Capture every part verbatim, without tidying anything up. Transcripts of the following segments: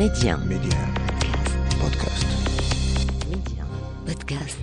Média. Média. Podcast. Média. Podcast.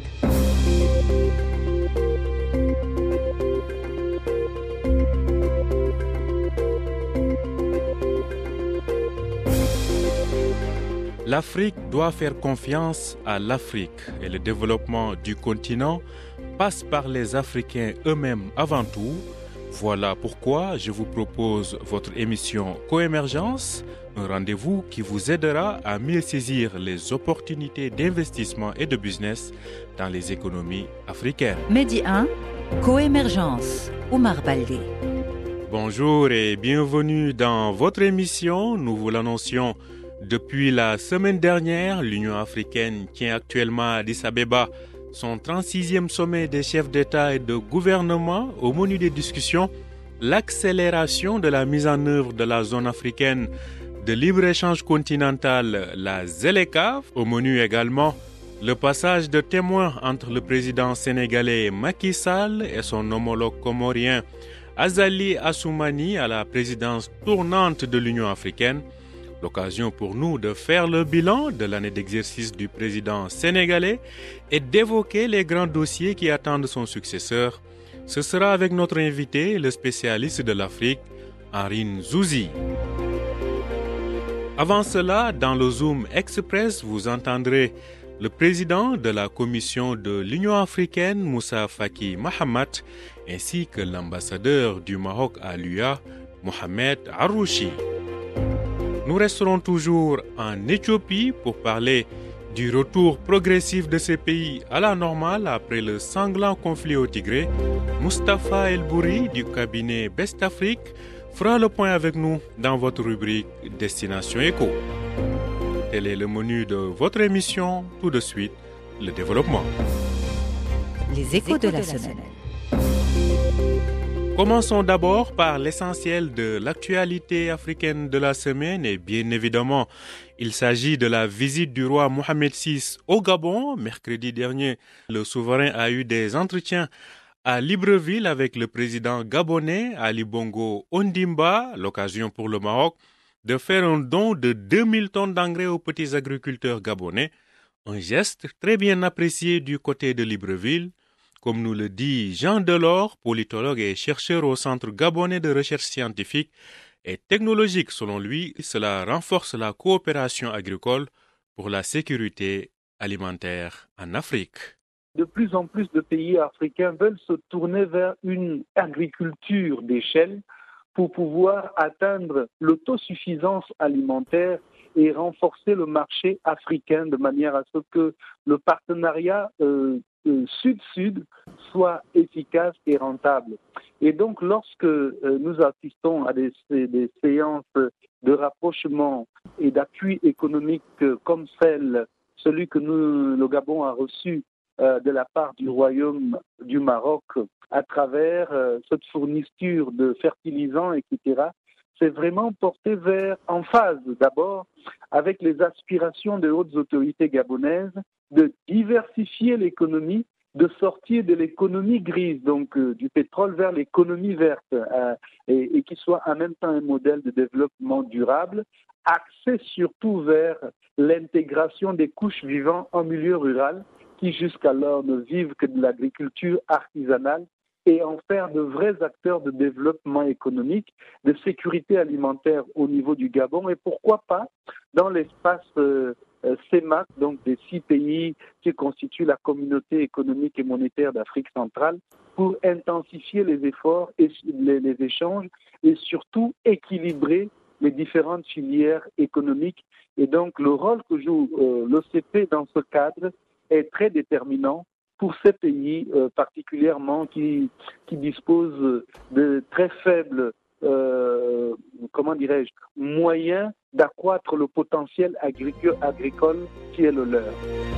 L'Afrique doit faire confiance à l'Afrique et le développement du continent passe par les Africains eux-mêmes avant tout. Voilà pourquoi je vous propose votre émission Coémergence, un rendez-vous qui vous aidera à mieux saisir les opportunités d'investissement et de business dans les économies africaines. Medi un, Coémergence, Oumar Baldé. Bonjour et bienvenue dans votre émission. Nous vous l'annoncions depuis la semaine dernière. L'Union africaine tient actuellement à Addis Abeba son trente-sixième sommet des chefs d'État et de gouvernement. Au menu des discussions, l'accélération de la mise en œuvre de la zone africaine de libre-échange continental, la ZLECAf. Au menu également, le passage de témoin entre le président sénégalais Macky Sall et son homologue comorien Azali Assoumani à la présidence tournante de l'Union africaine. L'occasion pour nous de faire le bilan de l'année d'exercice du président sénégalais et d'évoquer les grands dossiers qui attendent son successeur. Ce sera avec notre invité, le spécialiste de l'Afrique, Henri Nzouzi. Avant cela, dans le Zoom Express, vous entendrez le président de la commission de l'Union africaine, Moussa Faki Mahamat, ainsi que l'ambassadeur du Maroc à l'U A, Mohamed Arrouchi. Nous resterons toujours en Éthiopie pour parler du retour progressif de ces pays à la normale après le sanglant conflit au Tigré. Mustapha El Bouri du cabinet Best Afrique fera le point avec nous dans votre rubrique Destination Éco. Tel est le menu de votre émission. Tout de suite, le développement. Les échos de la semaine. Commençons d'abord par l'essentiel de l'actualité africaine de la semaine et bien évidemment, il s'agit de la visite du roi Mohamed six au Gabon. Mercredi dernier, le souverain a eu des entretiens à Libreville avec le président gabonais Ali Bongo Ondimba, l'occasion pour le Maroc de faire un don de deux mille tonnes d'engrais aux petits agriculteurs gabonais, un geste très bien apprécié du côté de Libreville. Comme nous le dit Jean Delors, politologue et chercheur au Centre gabonais de recherche scientifique et technologique, selon lui, cela renforce la coopération agricole pour la sécurité alimentaire en Afrique. De plus en plus de pays africains veulent se tourner vers une agriculture d'échelle pour pouvoir atteindre l'autosuffisance alimentaire et renforcer le marché africain de manière à ce que le partenariat euh, Sud-Sud soit efficace et rentable. Et donc, lorsque euh, nous assistons à des, des séances de rapprochement et d'appui économique euh, comme celle, celui que nous, le Gabon a reçu euh, de la part du Royaume du Maroc à travers euh, cette fourniture de fertilisants, et cetera, c'est vraiment porté vers, en phase d'abord, avec les aspirations des hautes autorités gabonaises de diversifier l'économie, de sortir de l'économie grise, donc euh, du pétrole vers l'économie verte, euh, et, et qui soit en même temps un modèle de développement durable, axé surtout vers l'intégration des couches vivant en milieu rural, qui jusqu'alors ne vivent que de l'agriculture artisanale, et en faire de vrais acteurs de développement économique, de sécurité alimentaire au niveau du Gabon, et pourquoi pas dans l'espace euh, C E M A C, donc des six pays qui constituent la communauté économique et monétaire d'Afrique centrale, pour intensifier les efforts et les, les échanges et surtout équilibrer les différentes filières économiques. Et donc le rôle que joue euh, l'O C P dans ce cadre est très déterminant pour ces pays euh, particulièrement qui, qui disposent de très faibles euh, comment dirais-je, moyens d'accroître le potentiel agricole, agricole qui est le leur.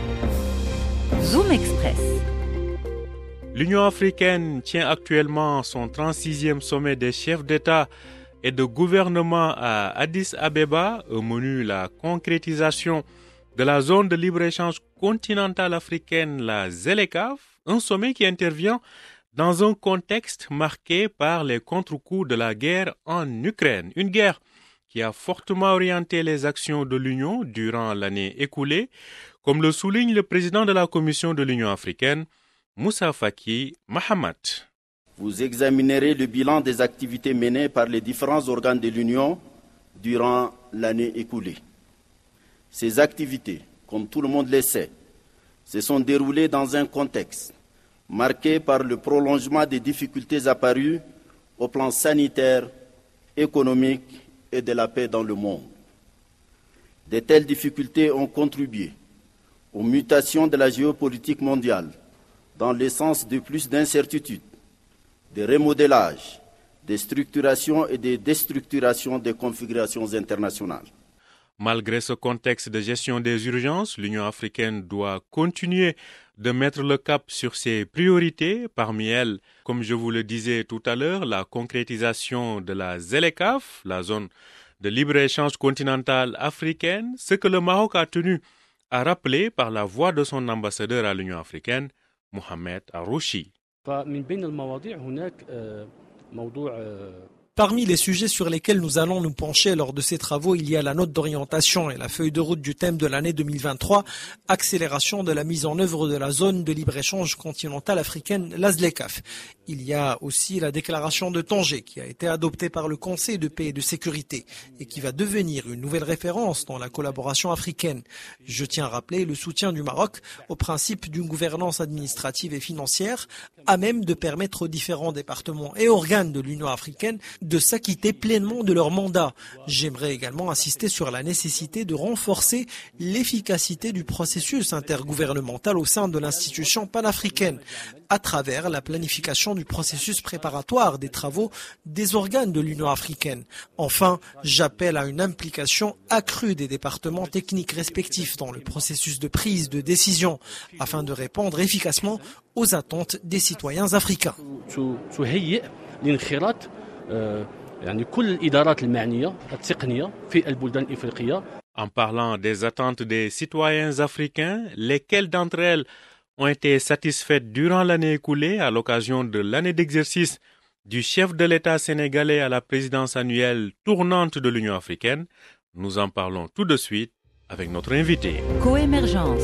Zoom Express. L'Union africaine tient actuellement son trente-sixième sommet des chefs d'État et de gouvernement à Addis Abeba, au menu la concrétisation de la zone de libre-échange continentale africaine, la ZLECAf, un sommet qui intervient dans un contexte marqué par les contre-coups de la guerre en Ukraine. Une guerre qui a fortement orienté les actions de l'Union durant l'année écoulée, comme le souligne le président de la Commission de l'Union africaine, Moussa Faki Mahamat. Vous examinerez le bilan des activités menées par les différents organes de l'Union durant l'année écoulée. Ces activités, comme tout le monde le sait, se sont déroulées dans un contexte marqué par le prolongement des difficultés apparues au plan sanitaire, économique et de la paix dans le monde. De telles difficultés ont contribué aux mutations de la géopolitique mondiale dans le sens de plus d'incertitudes, de remodélage, de structuration et de déstructuration des configurations internationales. Malgré ce contexte de gestion des urgences, l'Union africaine doit continuer de mettre le cap sur ses priorités. Parmi elles, comme je vous le disais tout à l'heure, la concrétisation de la ZLECAf, la zone de libre-échange continentale africaine, ce que le Maroc a tenu à rappeler par la voix de son ambassadeur à l'Union africaine, Mohamed Arrouchi. Parmi les sujets sur lesquels nous allons nous pencher lors de ces travaux, il y a la note d'orientation et la feuille de route du thème de l'année deux mille vingt-trois, accélération de la mise en œuvre de la zone de libre-échange continentale africaine, la ZLECAf. Il y a aussi la déclaration de Tanger qui a été adoptée par le Conseil de paix et de sécurité et qui va devenir une nouvelle référence dans la collaboration africaine. Je tiens à rappeler le soutien du Maroc au principe d'une gouvernance administrative et financière à même de permettre aux différents départements et organes de l'Union africaine de s'acquitter pleinement de leur mandat. J'aimerais également insister sur la nécessité de renforcer l'efficacité du processus intergouvernemental au sein de l'institution panafricaine, à travers la planification du processus préparatoire des travaux des organes de l'Union africaine. Enfin, j'appelle à une implication accrue des départements techniques respectifs dans le processus de prise de décision, afin de répondre efficacement aux attentes des citoyens africains. En parlant des attentes des citoyens africains, lesquelles d'entre elles ont été satisfaites durant l'année écoulée à l'occasion de l'année d'exercice du chef de l'État sénégalais à la présidence annuelle tournante de l'Union africaine? Nous en parlons tout de suite avec notre invité. Coémergence.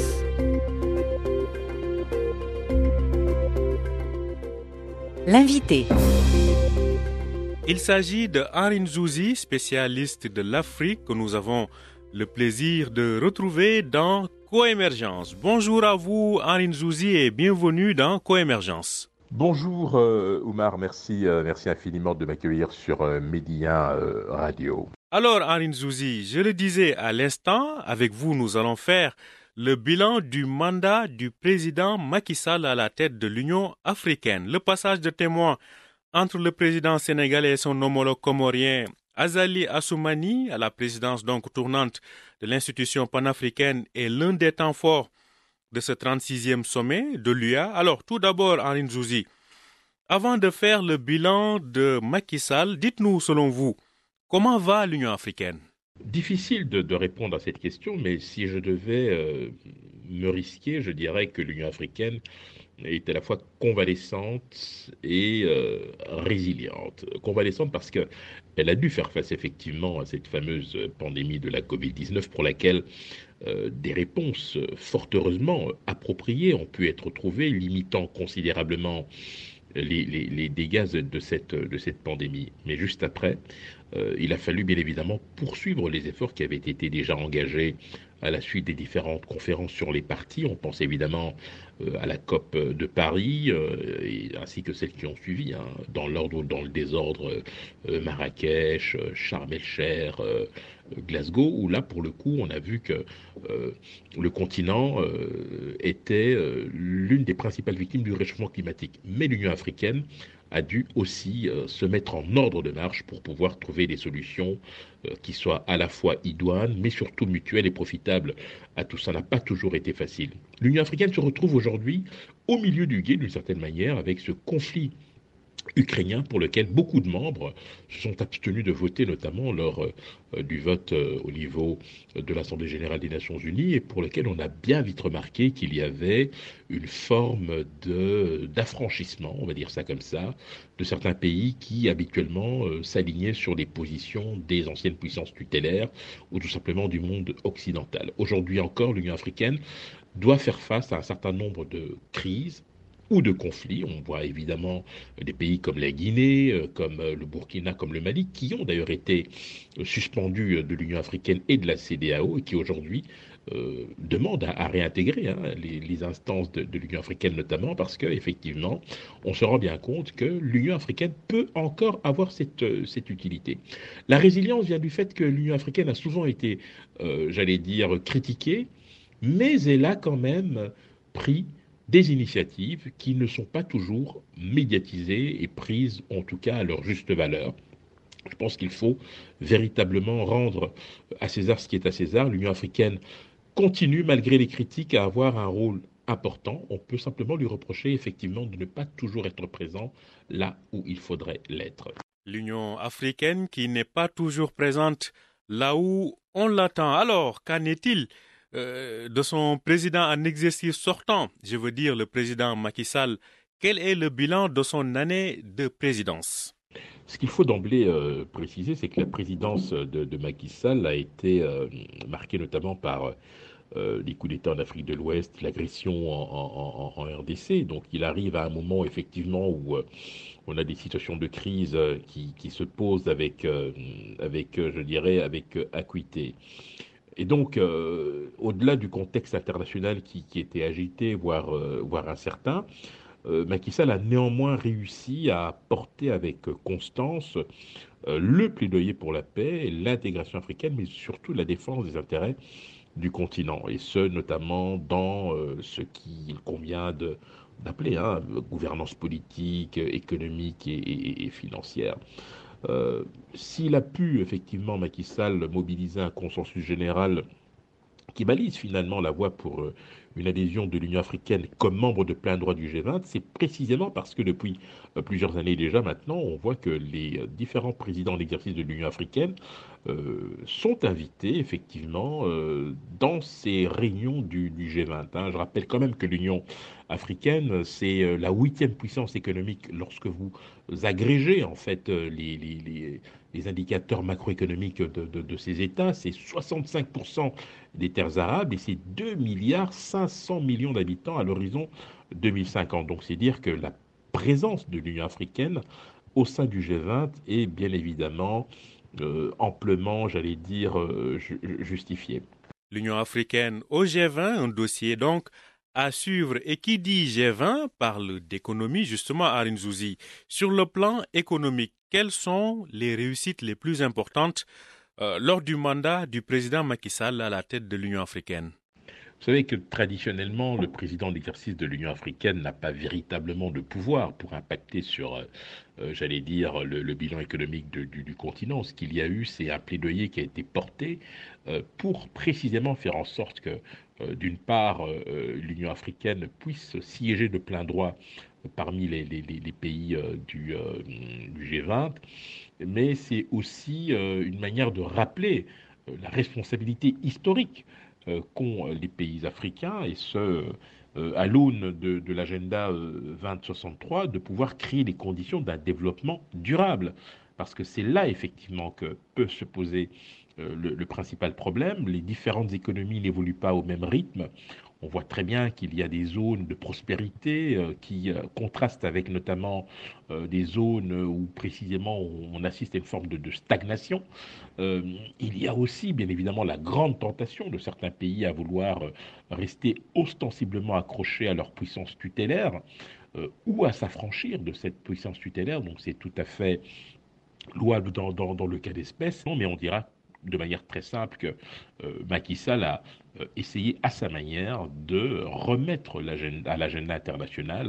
L'invité. Il s'agit de Henri Nzouzi, spécialiste de l'Afrique, que nous avons le plaisir de retrouver dans Coémergence. Bonjour à vous, Henri Nzouzi, et bienvenue dans Coémergence. Bonjour euh, Oumar, merci, euh, merci infiniment de m'accueillir sur euh, Média euh, Radio. Alors Henri Nzouzi, je le disais à l'instant, avec vous nous allons faire le bilan du mandat du président Macky Sall à la tête de l'Union africaine. Le passage de témoin entre le président sénégalais et son homologue comorien Azali Assoumani à la présidence donc tournante de l'institution panafricaine est l'un des temps forts de ce trente-sixième sommet de l'U A. Alors tout d'abord, Henri Nzouzi, avant de faire le bilan de Macky Sall, dites-nous selon vous, comment va l'Union africaine? Difficile de, de répondre à cette question, mais si je devais euh, me risquer, je dirais que l'Union africaine est à la fois convalescente et euh, résiliente. Convalescente parce qu'elle a dû faire face effectivement à cette fameuse pandémie de la covid dix-neuf pour laquelle euh, des réponses fort heureusement appropriées ont pu être trouvées, limitant considérablement les, les, les dégâts de cette, de cette pandémie. Mais juste après, euh, il a fallu bien évidemment poursuivre les efforts qui avaient été déjà engagés à la suite des différentes conférences sur les partis. On pense évidemment euh, à la COP de Paris, euh, et, ainsi que celles qui ont suivi, hein, dans l'ordre ou dans le désordre, euh, Marrakech, Sharm el-Sheikh, euh, Glasgow, où là, pour le coup, on a vu que euh, le continent euh, était euh, l'une des principales victimes du réchauffement climatique. Mais l'Union africaine a dû aussi euh, se mettre en ordre de marche pour pouvoir trouver des solutions euh, qui soient à la fois idoines, mais surtout mutuelles et profitables à tous. Ça n'a pas toujours été facile. L'Union africaine se retrouve aujourd'hui au milieu du gué, d'une certaine manière, avec ce conflit ukrainien pour lequel beaucoup de membres se sont abstenus de voter, notamment lors euh, du vote euh, au niveau de l'Assemblée générale des Nations unies, et pour lequel on a bien vite remarqué qu'il y avait une forme de, d'affranchissement, on va dire ça comme ça, de certains pays qui habituellement euh, s'alignaient sur les positions des anciennes puissances tutélaires ou tout simplement du monde occidental. Aujourd'hui encore, l'Union africaine doit faire face à un certain nombre de crises ou de conflits. On voit évidemment des pays comme la Guinée, comme le Burkina, comme le Mali, qui ont d'ailleurs été suspendus de l'Union africaine et de la C D A O et qui aujourd'hui euh, demandent à, à réintégrer hein, les, les instances de, de l'Union africaine notamment parce qu'effectivement, on se rend bien compte que l'Union africaine peut encore avoir cette, cette utilité. La résilience vient du fait que l'Union africaine a souvent été, euh, j'allais dire, critiquée, mais elle a quand même pris des initiatives qui ne sont pas toujours médiatisées et prises en tout cas à leur juste valeur. Je pense qu'il faut véritablement rendre à César ce qui est à César. L'Union africaine continue, malgré les critiques, à avoir un rôle important. On peut simplement lui reprocher effectivement de ne pas toujours être présent là où il faudrait l'être. L'Union africaine qui n'est pas toujours présente là où on l'attend. Alors, qu'en est-il euh, de son président en exercice sortant, je veux dire le président Macky Sall? Quel est le bilan de son année de présidence? Ce qu'il faut d'emblée euh, préciser, c'est que la présidence de, de Macky Sall a été euh, marquée notamment par euh, les coups d'État en Afrique de l'Ouest, l'agression en, en, en R D C. Donc il arrive à un moment effectivement où euh, on a des situations de crise euh, qui, qui se posent avec, euh, avec euh, je dirais, avec euh, acuité. Et donc, euh, au-delà du contexte international qui, qui était agité, voire, euh, voire incertain, euh, Macky Sall a néanmoins réussi à porter avec constance euh, le plaidoyer pour la paix, l'intégration africaine, mais surtout la défense des intérêts du continent. Et ce, notamment dans euh, ce qu'il convient de, d'appeler hein, gouvernance politique, économique et, et, et financière. Euh, s'il a pu effectivement Macky Sall mobiliser un consensus général qui balise finalement la voie pour euh, une adhésion de l'Union africaine comme membre de plein droit du G vingt, c'est précisément parce que depuis euh, plusieurs années déjà maintenant, on voit que les euh, différents présidents en exercice de l'Union africaine euh, sont invités effectivement euh, dans ces réunions du, du G vingt. Hein. Je rappelle quand même que l'Union africaine, c'est euh, la huitième puissance économique lorsque vous agrégez en fait les, les, les, les indicateurs macroéconomiques de, de, de ces États. C'est soixante-cinq pour cent des terres arables et c'est deux milliards cinq cents millions d'habitants à l'horizon deux mille cinquante. Donc c'est dire que la présence de l'Union africaine au sein du G vingt est bien évidemment euh, amplement, j'allais dire, euh, justifiée. L'Union africaine au G vingt, un dossier donc à suivre. Et qui dit G vingt parle d'économie, justement, Arin Zouzi. Sur le plan économique, quelles sont les réussites les plus importantes euh, lors du mandat du président Macky Sall à la tête de l'Union africaine? Vous savez que traditionnellement, le président d'exercice de l'Union africaine n'a pas véritablement de pouvoir pour impacter sur, euh, j'allais dire, le, le bilan économique de, du, du continent. Ce qu'il y a eu, c'est un plaidoyer qui a été porté euh, pour précisément faire en sorte que, euh, d'une part, euh, l'Union africaine puisse siéger de plein droit parmi les, les, les pays euh, du, euh, du G vingt, mais c'est aussi euh, une manière de rappeler euh, la responsabilité historique Euh, qu'ont les pays africains, et ce, euh, à l'aune de, de l'agenda euh, vingt soixante-trois, de pouvoir créer les conditions d'un développement durable. Parce que c'est là, effectivement, que peut se poser euh, le, le principal problème. Les différentes économies n'évoluent pas au même rythme. On voit très bien qu'il y a des zones de prospérité euh, qui euh, contrastent avec notamment euh, des zones où précisément on assiste à une forme de, de stagnation. Euh, il y a aussi bien évidemment la grande tentation de certains pays à vouloir euh, rester ostensiblement accrochés à leur puissance tutélaire euh, ou à s'affranchir de cette puissance tutélaire. Donc c'est tout à fait louable dans, dans, dans le cas d'espèce, mais on dira de manière très simple que euh, Macky Sall a euh, essayé à sa manière de remettre l'agenda, à l'agenda international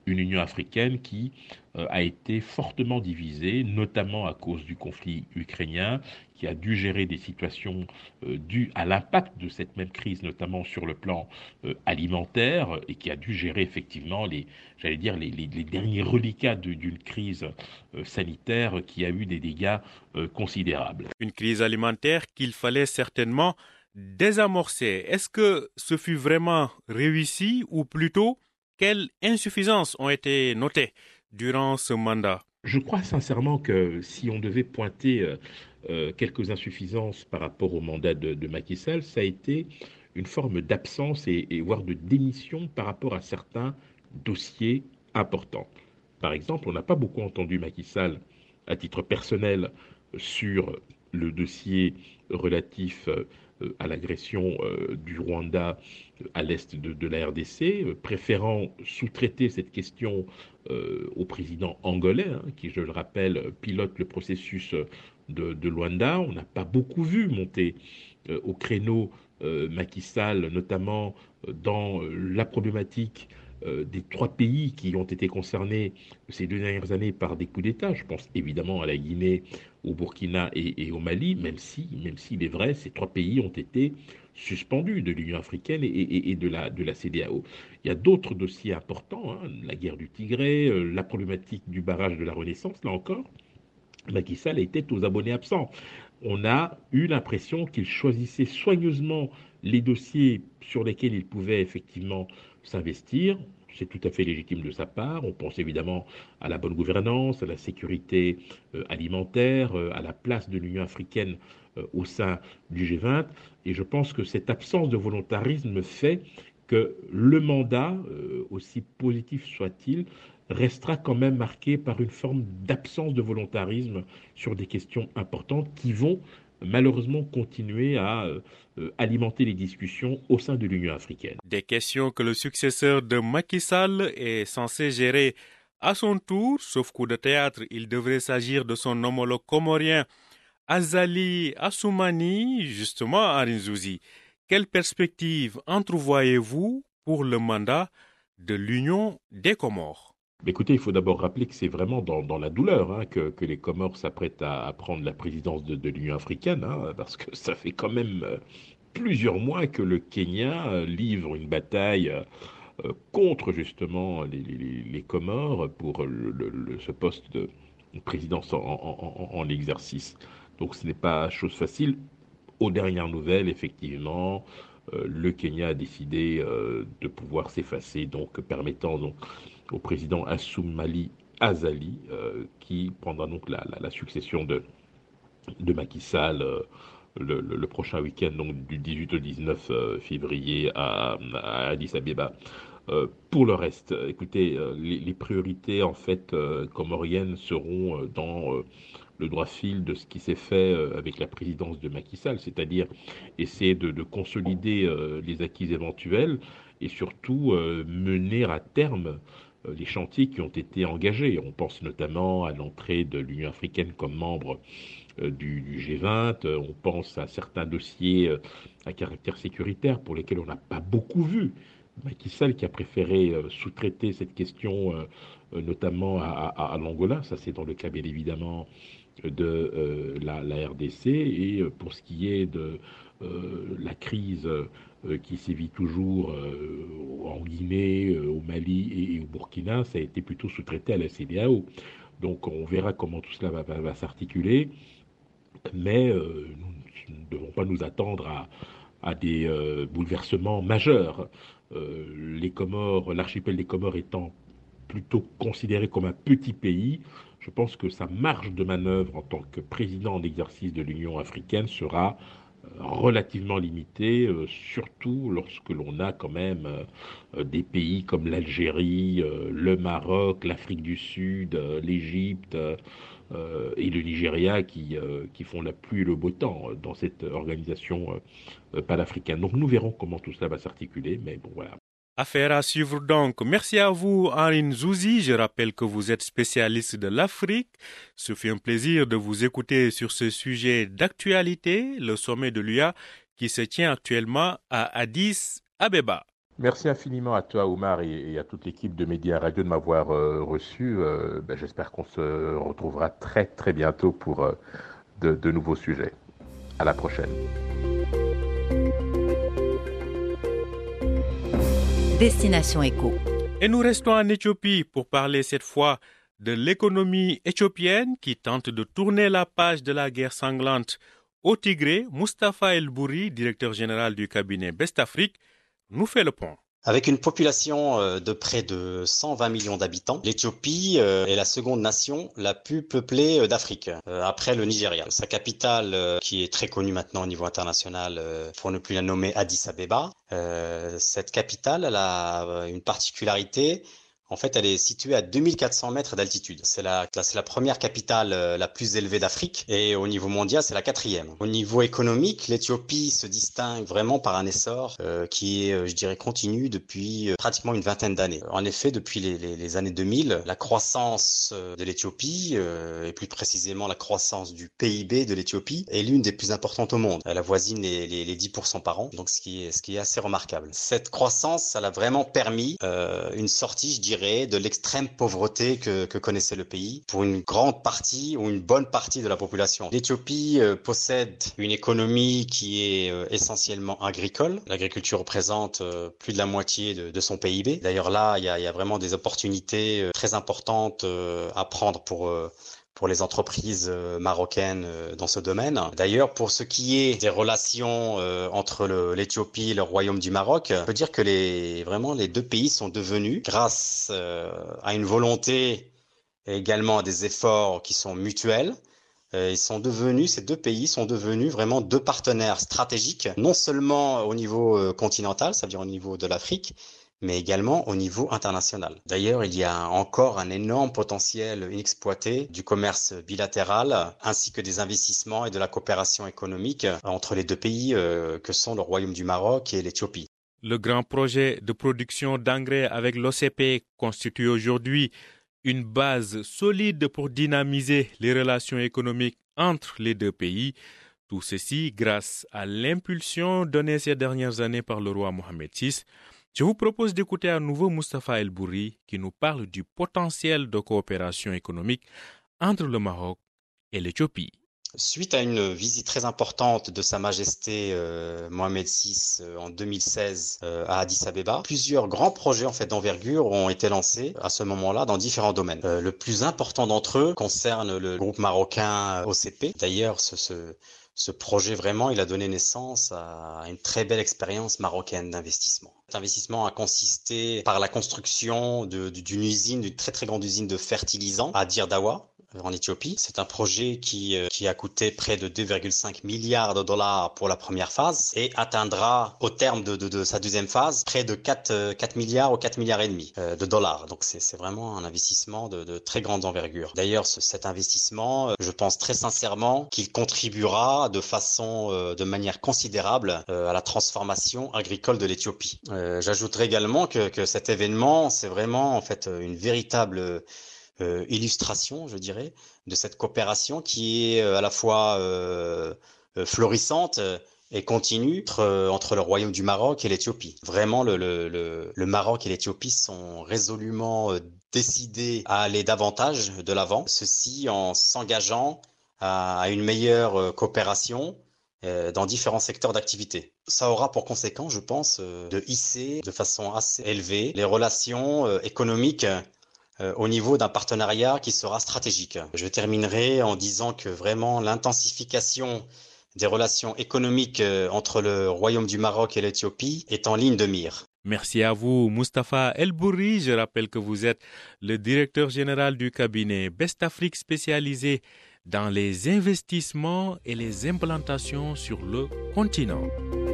une Union africaine qui euh, a été fortement divisée, notamment à cause du conflit ukrainien, qui a dû gérer des situations euh, dues à l'impact de cette même crise, notamment sur le plan euh, alimentaire, et qui a dû gérer effectivement les, j'allais dire, les, les, les derniers reliquats de, d'une crise euh, sanitaire qui a eu des dégâts euh, considérables. Une crise alimentaire qu'il fallait certainement désamorcer. Est-ce que ce fut vraiment réussi ou plutôt quelles insuffisances ont été notées durant ce mandat? Je crois sincèrement que si on devait pointer euh, euh, quelques insuffisances par rapport au mandat de, de Macky Sall, ça a été une forme d'absence et, et voire de démission par rapport à certains dossiers importants. Par exemple, on n'a pas beaucoup entendu Macky Sall à titre personnel sur le dossier relatif euh, à l'agression euh, du Rwanda à l'est de, de la R D C, euh, préférant sous-traiter cette question euh, au président angolais, hein, qui, je le rappelle, pilote le processus de, de Luanda. On n'a pas beaucoup vu monter euh, au créneau euh, Macky Sall, notamment euh, dans euh, la problématique euh, des trois pays qui ont été concernés ces deux dernières années par des coups d'État. Je pense évidemment à la Guinée, au Burkina et, et au Mali, même si, même s'il est vrai, ces trois pays ont été suspendus de l'Union africaine et, et, et de, la, de la C D A O. Il y a d'autres dossiers importants, hein, la guerre du Tigré, euh, la problématique du barrage de la Renaissance, là encore. Macky Sall était aux abonnés absents. On a eu l'impression qu'il choisissait soigneusement les dossiers sur lesquels il pouvait effectivement s'investir. C'est tout à fait légitime de sa part. On pense évidemment à la bonne gouvernance, à la sécurité euh, alimentaire, euh, à la place de l'Union africaine euh, au sein du G vingt. Et je pense que cette absence de volontarisme fait que le mandat, euh, aussi positif soit-il, restera quand même marqué par une forme d'absence de volontarisme sur des questions importantes qui vont malheureusement continuer à euh, alimenter les discussions au sein de l'Union africaine. Des questions que le successeur de Macky Sall est censé gérer à son tour, sauf coup de théâtre, il devrait s'agir de son homologue comorien Azali Assoumani, justement à Rinzouzi. Quelle perspective entrevoyez-vous pour le mandat de l'Union des Comores? Écoutez, il faut d'abord rappeler que c'est vraiment dans, dans la douleur hein, que, que les Comores s'apprêtent à, à prendre la présidence de, de l'Union africaine, hein, parce que ça fait quand même euh, plusieurs mois que le Kenya euh, livre une bataille euh, contre justement les, les, les Comores pour le, le, ce poste de présidence en, en, en, en exercice. Donc ce n'est pas chose facile. Aux dernières nouvelles, effectivement, euh, le Kenya a décidé euh, de pouvoir s'effacer, donc permettant donc au président Assoumani Azali, euh, qui prendra donc la, la, la succession de, de Macky Sall euh, le, le, le prochain week-end, donc du dix-huit au dix-neuf euh, février à, à Addis Abeba. Euh, pour le reste, écoutez, euh, les, les priorités en fait euh, comoriennes seront euh, dans euh, le droit fil de ce qui s'est fait euh, avec la présidence de Macky Sall, c'est-à-dire essayer de, de consolider euh, les acquis éventuels et surtout euh, mener à terme euh, les chantiers qui ont été engagés. On pense notamment à l'entrée de l'Union africaine comme membre euh, du, du G vingt, euh, on pense à certains dossiers euh, à caractère sécuritaire pour lesquels on n'a pas beaucoup vu. Macky Sall qui a préféré euh, sous-traiter cette question euh, euh, notamment à, à, à l'Angola, ça c'est dans le cas bien évidemment de euh, la, la R D C, et euh, pour ce qui est de euh, la crise euh, qui sévit toujours euh, en Guinée, euh, au Mali et, et au Burkina, ça a été plutôt sous-traité à la C D A O. Donc on verra comment tout cela va, va, va s'articuler, mais euh, nous ne devons pas nous attendre à, à des euh, bouleversements majeurs. Euh, les Comores, l'archipel des Comores étant plutôt considéré comme un petit pays, je pense que sa marge de manœuvre en tant que président en exercice de l'Union africaine sera euh, relativement limitée, euh, surtout lorsque l'on a quand même euh, des pays comme l'Algérie, euh, le Maroc, l'Afrique du Sud, euh, l'Égypte euh, et le Nigeria qui, euh, qui font la pluie et le beau temps dans cette organisation euh, panafricaine. Donc nous verrons comment tout cela va s'articuler, mais bon voilà. Affaire à suivre donc. Merci à vous, Henri Nzouzi. Je rappelle que vous êtes spécialiste de l'Afrique. Ce fut un plaisir de vous écouter sur ce sujet d'actualité, le sommet de l'U A qui se tient actuellement à Addis Abeba. Merci infiniment à toi, Oumar, et, et à toute l'équipe de Média Radio de m'avoir euh, reçu. Euh, ben, j'espère qu'on se retrouvera très très bientôt pour euh, de, de nouveaux sujets. À la prochaine. Destination Éco. Et nous restons en Éthiopie pour parler cette fois de l'économie éthiopienne qui tente de tourner la page de la guerre sanglante au Tigré. Mustapha El Bourri, directeur général du cabinet Best Afrique, nous fait le point. Avec une population de près de cent vingt millions d'habitants, l'Éthiopie est la seconde nation la plus peuplée d'Afrique, après le Nigeria. Sa capitale, qui est très connue maintenant au niveau international, pour ne plus la nommer Addis Abeba, cette capitale elle a une particularité. En fait, elle est située à deux mille quatre cents mètres d'altitude. C'est la, c'est la première capitale la plus élevée d'Afrique et au niveau mondial, c'est la quatrième. Au niveau économique, l'Éthiopie se distingue vraiment par un essor euh, qui est, je dirais, continu depuis euh, pratiquement une vingtaine d'années. En effet, depuis les, les, les années deux mille, la croissance de l'Éthiopie, euh, et plus précisément la croissance du P I B de l'Éthiopie, est l'une des plus importantes au monde. Elle avoisine les, les, les dix pour cent par an, donc ce qui est, ce qui est assez remarquable. Cette croissance, elle a vraiment permis euh, une sortie, je dirais, de l'extrême pauvreté que, que connaissait le pays pour une grande partie ou une bonne partie de la population. L'Éthiopie euh, possède une économie qui est euh, essentiellement agricole. L'agriculture représente euh, plus de la moitié de, de son P I B. D'ailleurs là, il y a, il y a vraiment des opportunités euh, très importantes euh, à prendre pour euh, pour les entreprises marocaines dans ce domaine. D'ailleurs, pour ce qui est des relations euh, entre le, l'Éthiopie et le Royaume du Maroc, on peut dire que les, vraiment les deux pays sont devenus, grâce euh, à une volonté et également à des efforts qui sont mutuels, euh, ils sont devenus, ces deux pays sont devenus vraiment deux partenaires stratégiques, non seulement au niveau euh, continental, c'est-à-dire au niveau de l'Afrique, mais également au niveau international. D'ailleurs, il y a encore un énorme potentiel inexploité du commerce bilatéral, ainsi que des investissements et de la coopération économique entre les deux pays euh, que sont le Royaume du Maroc et l'Éthiopie. Le grand projet de production d'engrais avec l'O C P constitue aujourd'hui une base solide pour dynamiser les relations économiques entre les deux pays. Tout ceci grâce à l'impulsion donnée ces dernières années par le roi Mohamed six. Je vous propose d'écouter à nouveau Mustapha El Bourri qui nous parle du potentiel de coopération économique entre le Maroc et l'Éthiopie. Suite à une visite très importante de Sa Majesté euh, Mohamed six euh, en deux mille seize euh, à Addis Abeba, plusieurs grands projets en fait d'envergure ont été lancés à ce moment-là dans différents domaines. Euh, le plus important d'entre eux concerne le groupe marocain O C P. D'ailleurs, ce, ce Ce projet, vraiment, il a donné naissance à une très belle expérience marocaine d'investissement. Cet investissement a consisté par la construction de, d'une usine, d'une très très grande usine de fertilisants à Dir Dawa, en Éthiopie. C'est un projet qui, euh, qui a coûté près de deux virgule cinq milliards de dollars pour la première phase et atteindra au terme de, de, de sa deuxième phase près de quatre milliards ou quatre milliards et demi euh, de dollars. Donc c'est, c'est vraiment un investissement de, de très grande envergure. D'ailleurs, ce, cet investissement, euh, je pense très sincèrement qu'il contribuera de façon, euh, de manière considérable euh, à la transformation agricole de l'Éthiopie. Euh, j'ajouterai également que, que cet événement, c'est vraiment en fait une véritable Euh, illustration, je dirais, de cette coopération qui est euh, à la fois euh, euh, florissante et continue entre, euh, entre le Royaume du Maroc et l'Éthiopie. Vraiment, le, le, le, le Maroc et l'Éthiopie sont résolument euh, décidés à aller davantage de l'avant, ceci en s'engageant à, à une meilleure euh, coopération euh, dans différents secteurs d'activité. Ça aura pour conséquence, je pense, euh, de hisser de façon assez élevée les relations euh, économiques au niveau d'un partenariat qui sera stratégique. Je terminerai en disant que vraiment l'intensification des relations économiques entre le Royaume du Maroc et l'Éthiopie est en ligne de mire. Merci à vous, Mustapha El Bourri. Je rappelle que vous êtes le directeur général du cabinet Best Afrique spécialisé dans les investissements et les implantations sur le continent.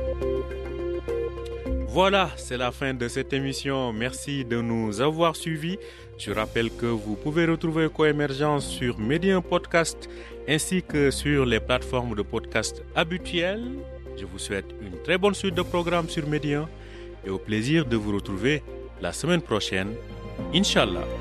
Voilà, c'est la fin de cette émission. Merci de nous avoir suivis. Je rappelle que vous pouvez retrouver Coémergence sur Média Podcast ainsi que sur les plateformes de podcast habituelles. Je vous souhaite une très bonne suite de programmes sur Média et au plaisir de vous retrouver la semaine prochaine. Inch'Allah.